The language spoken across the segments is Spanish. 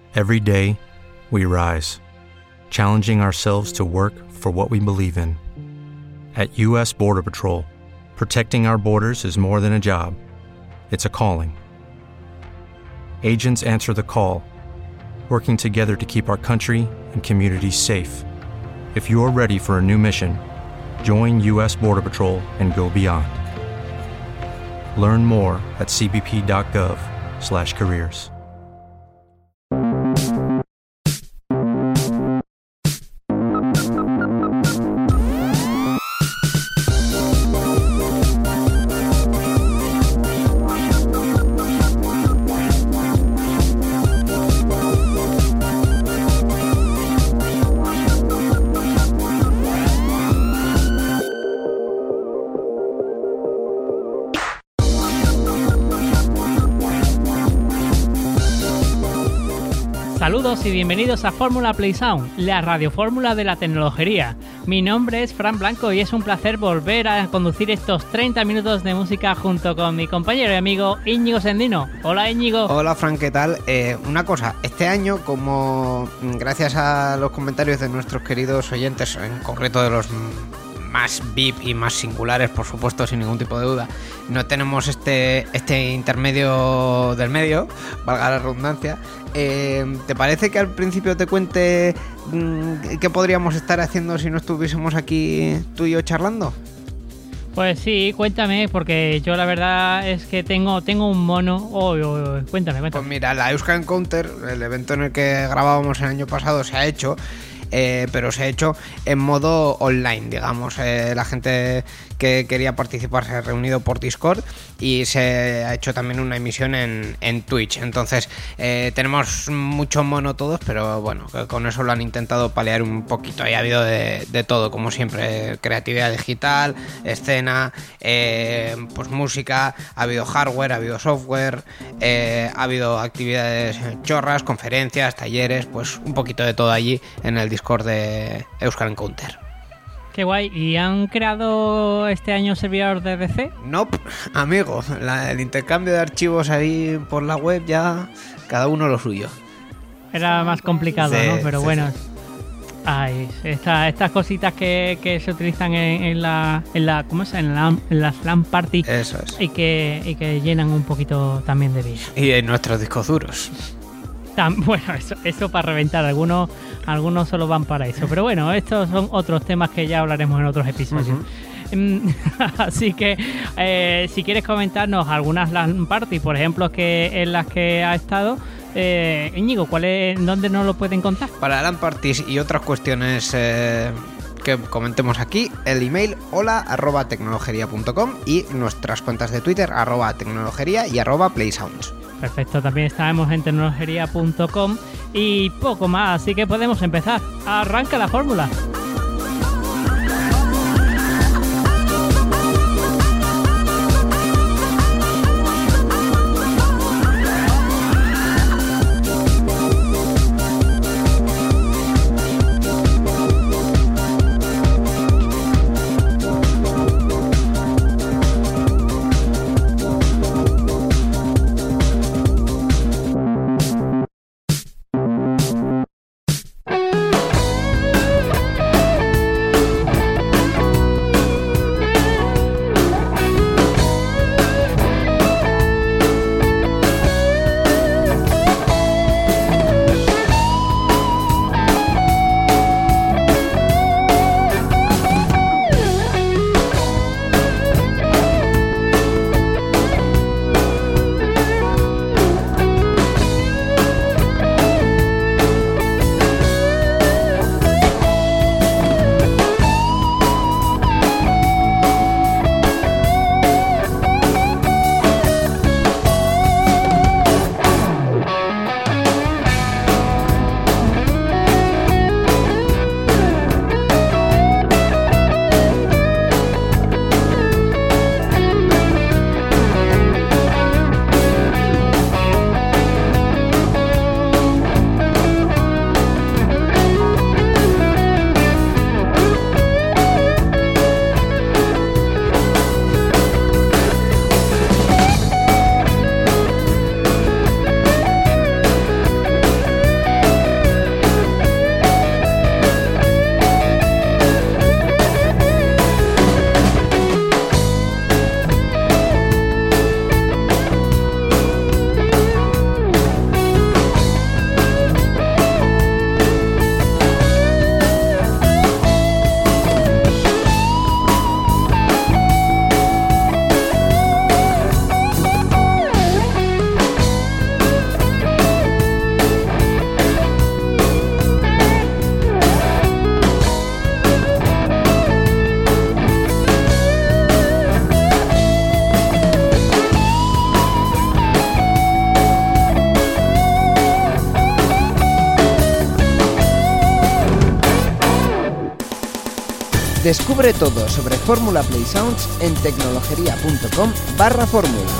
Every day, we rise, challenging ourselves to work for what we believe in. At U.S. Border Patrol, protecting our borders is more than a job. It's a calling. Agents answer the call, working together to keep our country and communities safe. If you're ready for a new mission, join U.S. Border Patrol and go beyond. Learn more at cbp.gov/careers. Saludos y bienvenidos a Fórmula Play Sound, la radiofórmula de la tecnología. Mi nombre es Fran Blanco y es un placer volver a conducir estos 30 minutos de música junto con mi compañero y amigo Íñigo Sendino. Hola Íñigo. Hola Fran, ¿qué tal? Una cosa, este año, como gracias a los comentarios de nuestros queridos oyentes, en concreto de los más VIP y más singulares, por supuesto, sin ningún tipo de duda, no tenemos este intermedio del medio, valga la redundancia. ¿Te parece que al principio te cuente qué podríamos estar haciendo si no estuviésemos aquí tú y yo charlando? Pues sí, cuéntame, porque yo la verdad es que tengo un mono. Cuéntame. Pues mira, la Euskal Encounter, el evento en el que grabábamos el año pasado, se ha hecho, pero se ha hecho en modo online, digamos. La gente que quería participar se ha reunido por Discord y se ha hecho también una emisión en Twitch. Entonces tenemos mucho mono todos, pero bueno, con eso lo han intentado paliar un poquito. Y ha habido de todo, como siempre: creatividad digital, escena, pues música, ha habido hardware, ha habido software, ha habido actividades chorras, conferencias, talleres, pues un poquito de todo allí en el Discord de Euskal Encounter. Qué guay. ¿Y han creado este año servidor de DC? Nope, amigo. El intercambio de archivos ahí por la web, ya cada uno lo suyo. Era más complicado, sí, ¿no? Pero sí, bueno. Sí. Ay, estas cositas que se utilizan en las LAN party. Eso es. Y que llenan un poquito también de vida. Y en nuestros discos duros. Bueno, eso para reventar, algunos solo van para eso, pero bueno, estos son otros temas que ya hablaremos en otros episodios. Así que si quieres comentarnos algunas LAN party, por ejemplo, en las que ha estado, Íñigo, ¿dónde nos lo pueden contar? Para LAN parties y otras cuestiones que comentemos aquí, el email hola@tecnologeria.com y nuestras cuentas de Twitter @tecnologeria y @playsounds. Perfecto, también estamos en tecnologeria.com y poco más, así que podemos empezar. Arranca la fórmula. Descubre todo sobre Fórmula Play Sounds en tecnologería.com/fórmula.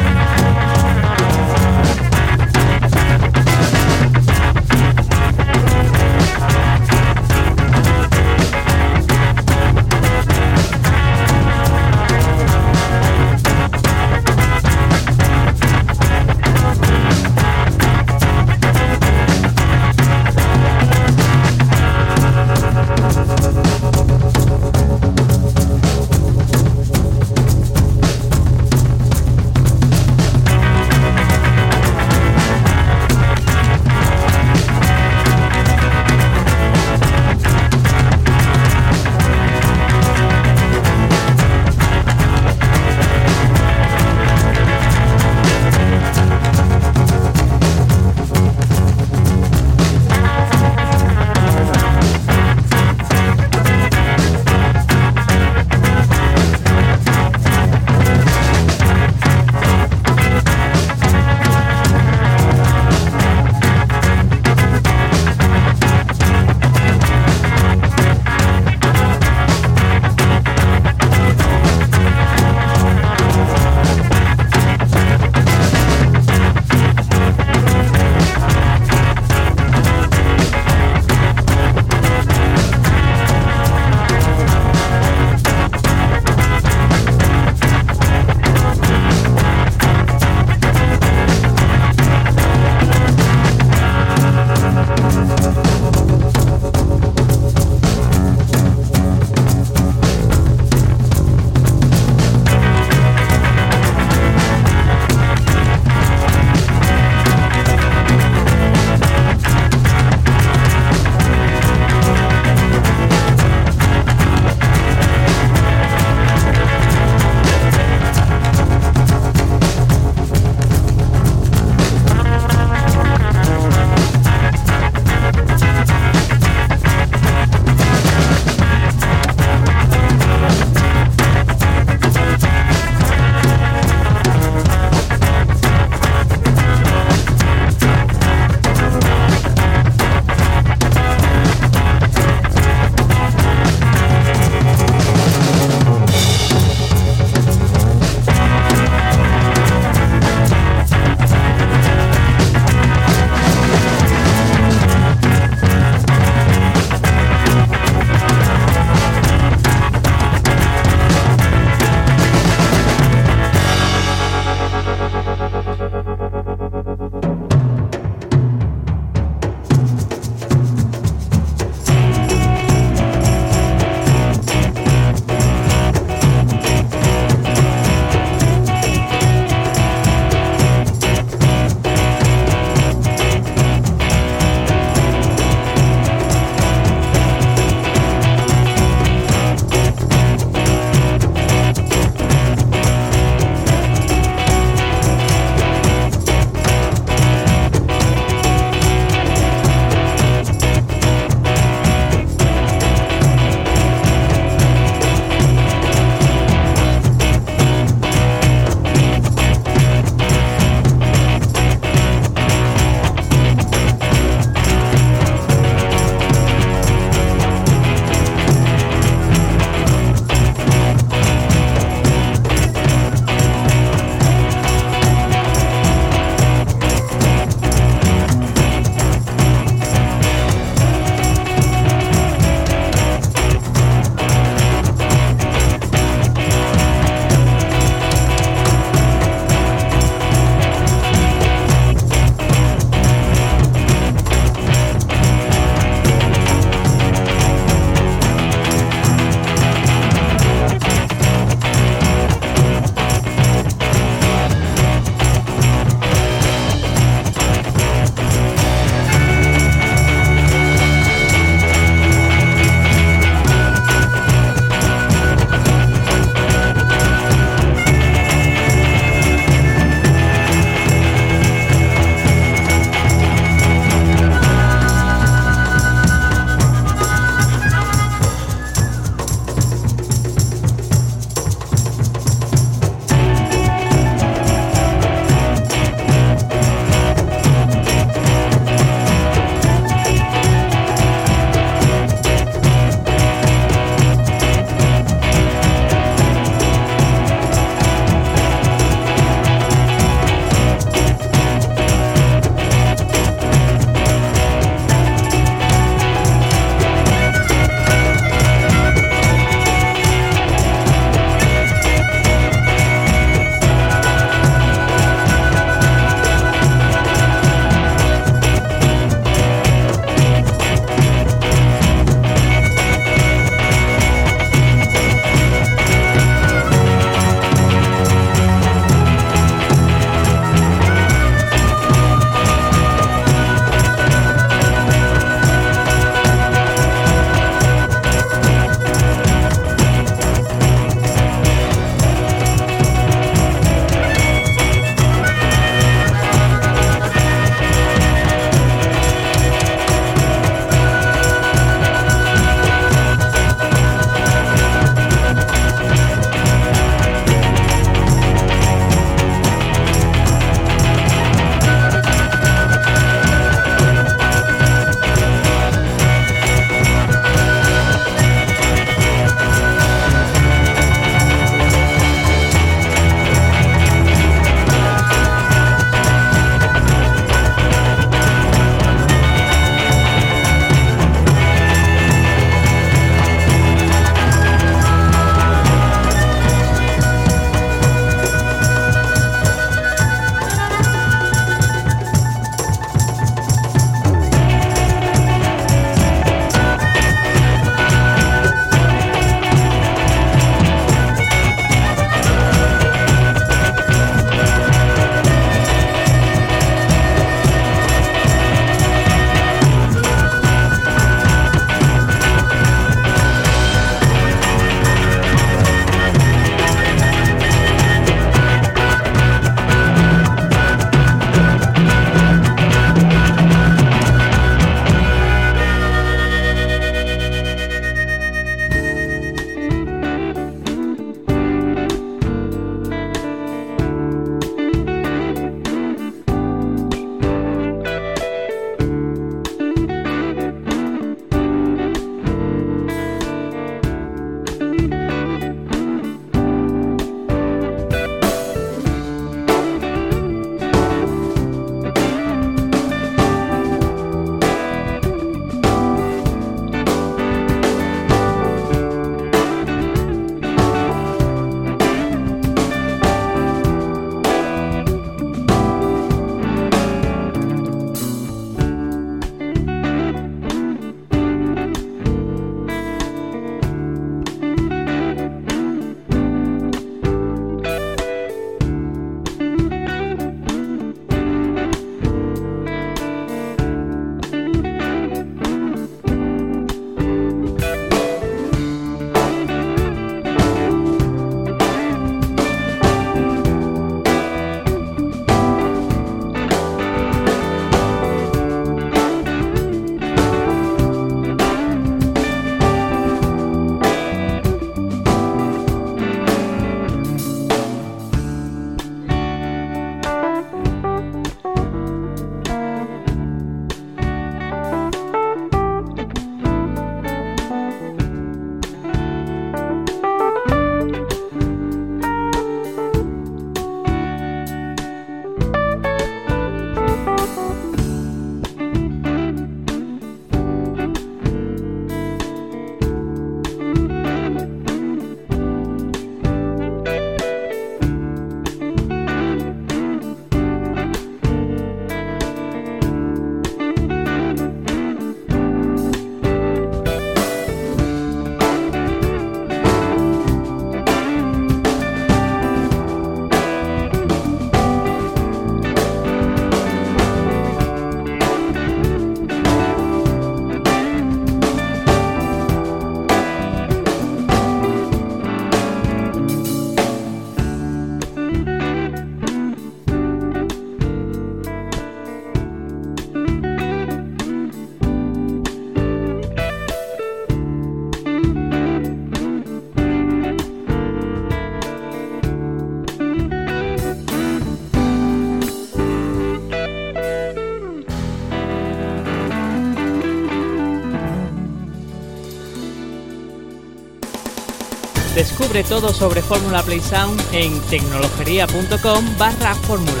Descubre todo sobre Fórmula Play Sound en tecnologería.com/fórmula.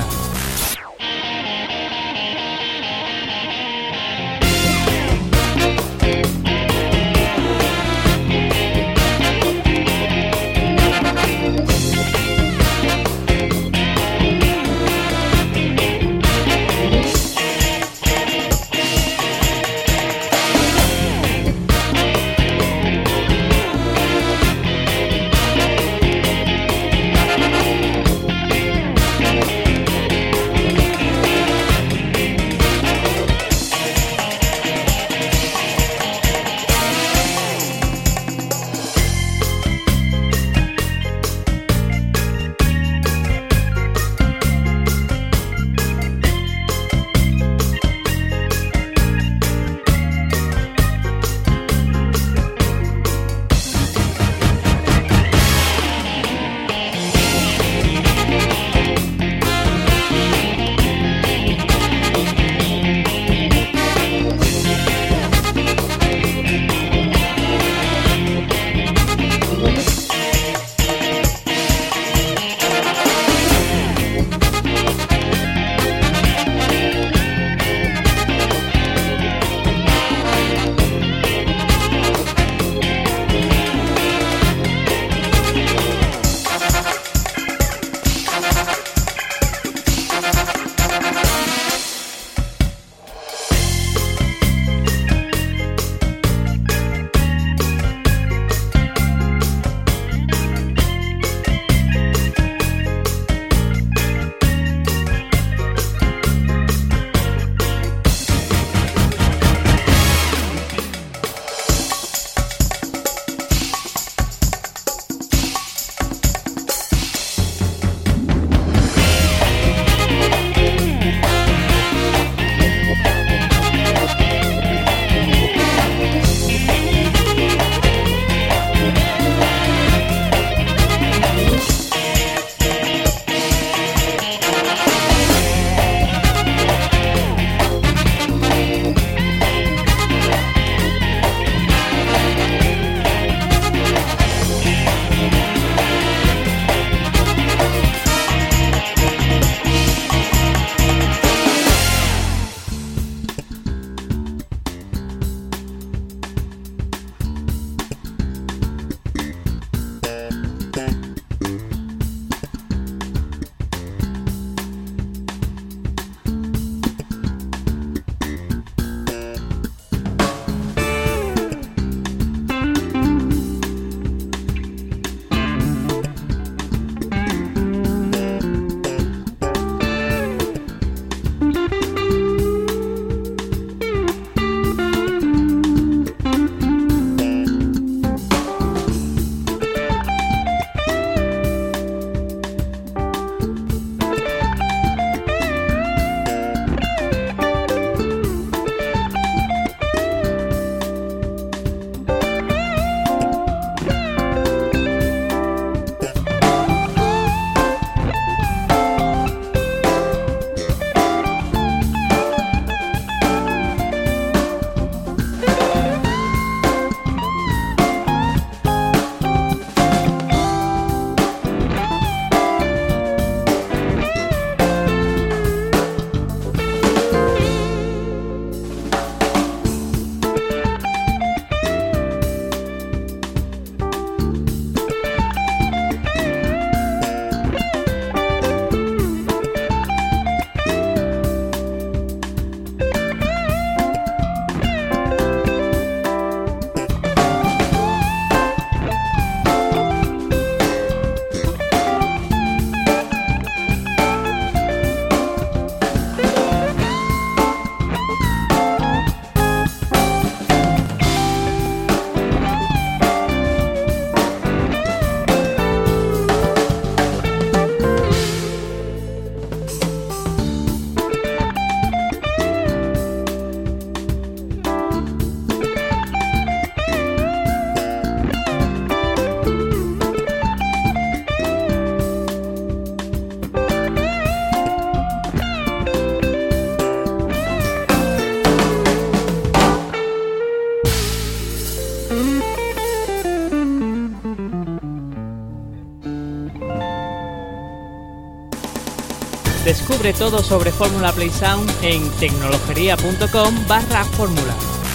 Descubre todo sobre Fórmula Play Sound en tecnologería.com/fórmula.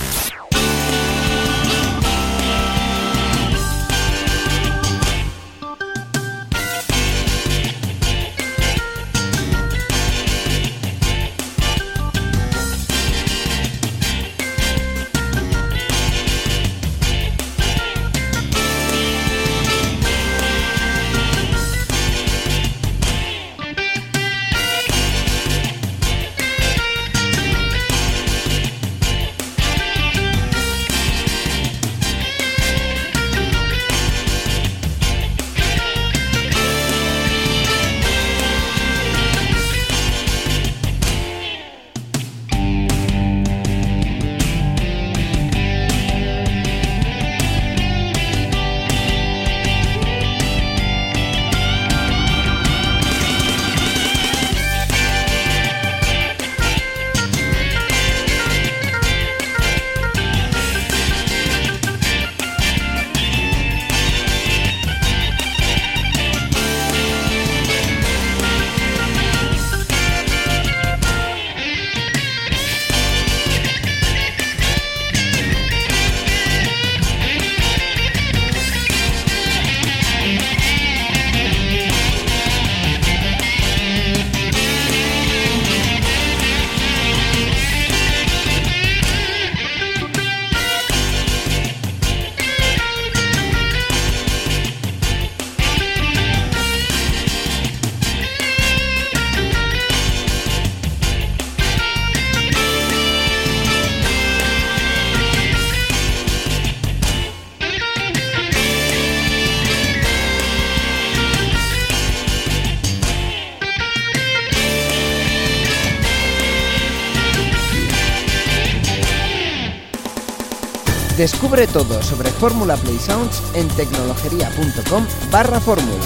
Descubre todo sobre Fórmula Play Sounds en tecnologería.com/fórmula.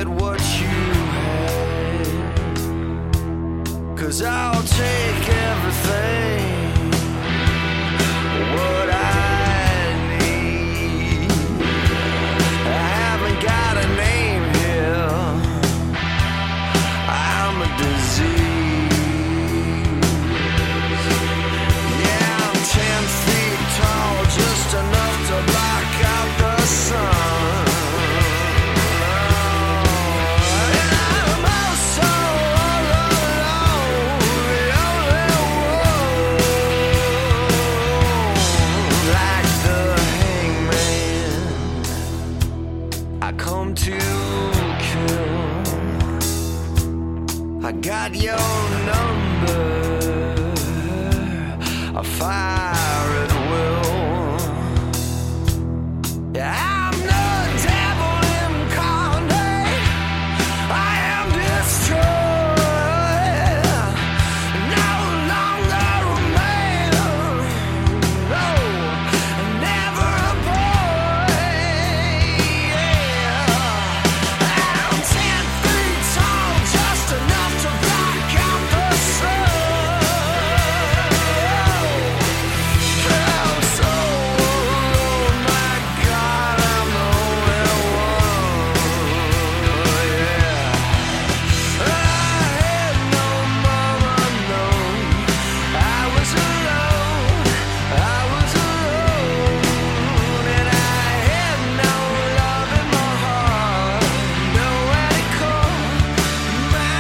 get what you had, 'cause I'll take everything, what I need. I haven't got a name here, I'm a disease. Yeah, I'm 10 feet tall, just enough to block out the sun. And I'm also all alone, the only one. Like the hangman, I come to kill. I got your number, I fire at will. Yeah, I'm the devil incarnate, I am destroyed, no longer a man, no, never a boy. Yeah, I'm 10 feet tall, just enough to block out the sun. I'm so, oh my God, I'm the only one. Yeah, I had no mama, no, I was alone, and I had no love in my heart, nowhere to call my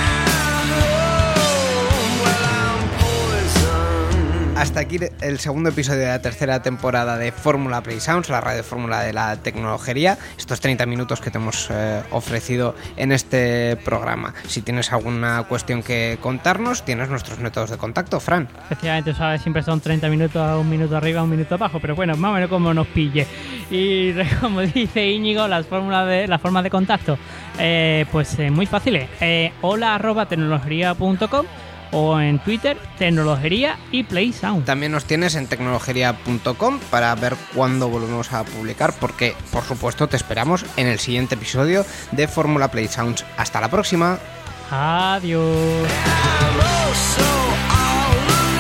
home. Well, I'm poison. Hasta aquí el segundo episodio de la tercera temporada de Fórmula Play Sounds, la radio fórmula de la tecnología. Estos 30 minutos que te hemos ofrecido en este programa. Si tienes alguna cuestión que contarnos, tienes nuestros métodos de contacto, Fran. Efectivamente, ¿sabes? Siempre son 30 minutos, un minuto arriba, un minuto abajo, pero bueno, más o menos como nos pille. Y como dice Íñigo, las formas de contacto, pues muy fáciles. hola@tecnologería.com o en Twitter, Tecnologería y Play Sound. También nos tienes en tecnologería.com para ver cuándo volvemos a publicar, porque por supuesto te esperamos en el siguiente episodio de Fórmula Play Sounds. Hasta la próxima. Adiós. I'm also all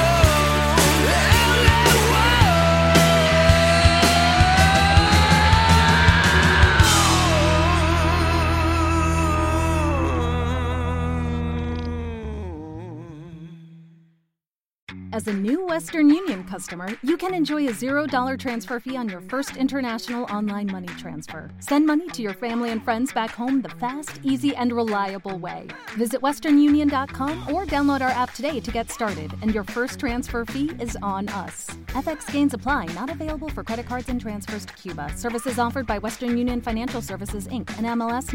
As a new Western Union customer, you can enjoy a $0 transfer fee on your first international online money transfer. Send money to your family and friends back home the fast, easy, and reliable way. Visit westernunion.com or download our app today to get started, and your first transfer fee is on us. FX gains apply, not available for credit cards and transfers to Cuba. Services offered by Western Union Financial Services, Inc., and MLS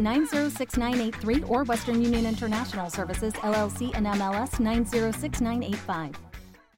906983, or Western Union International Services, LLC, and MLS 906985.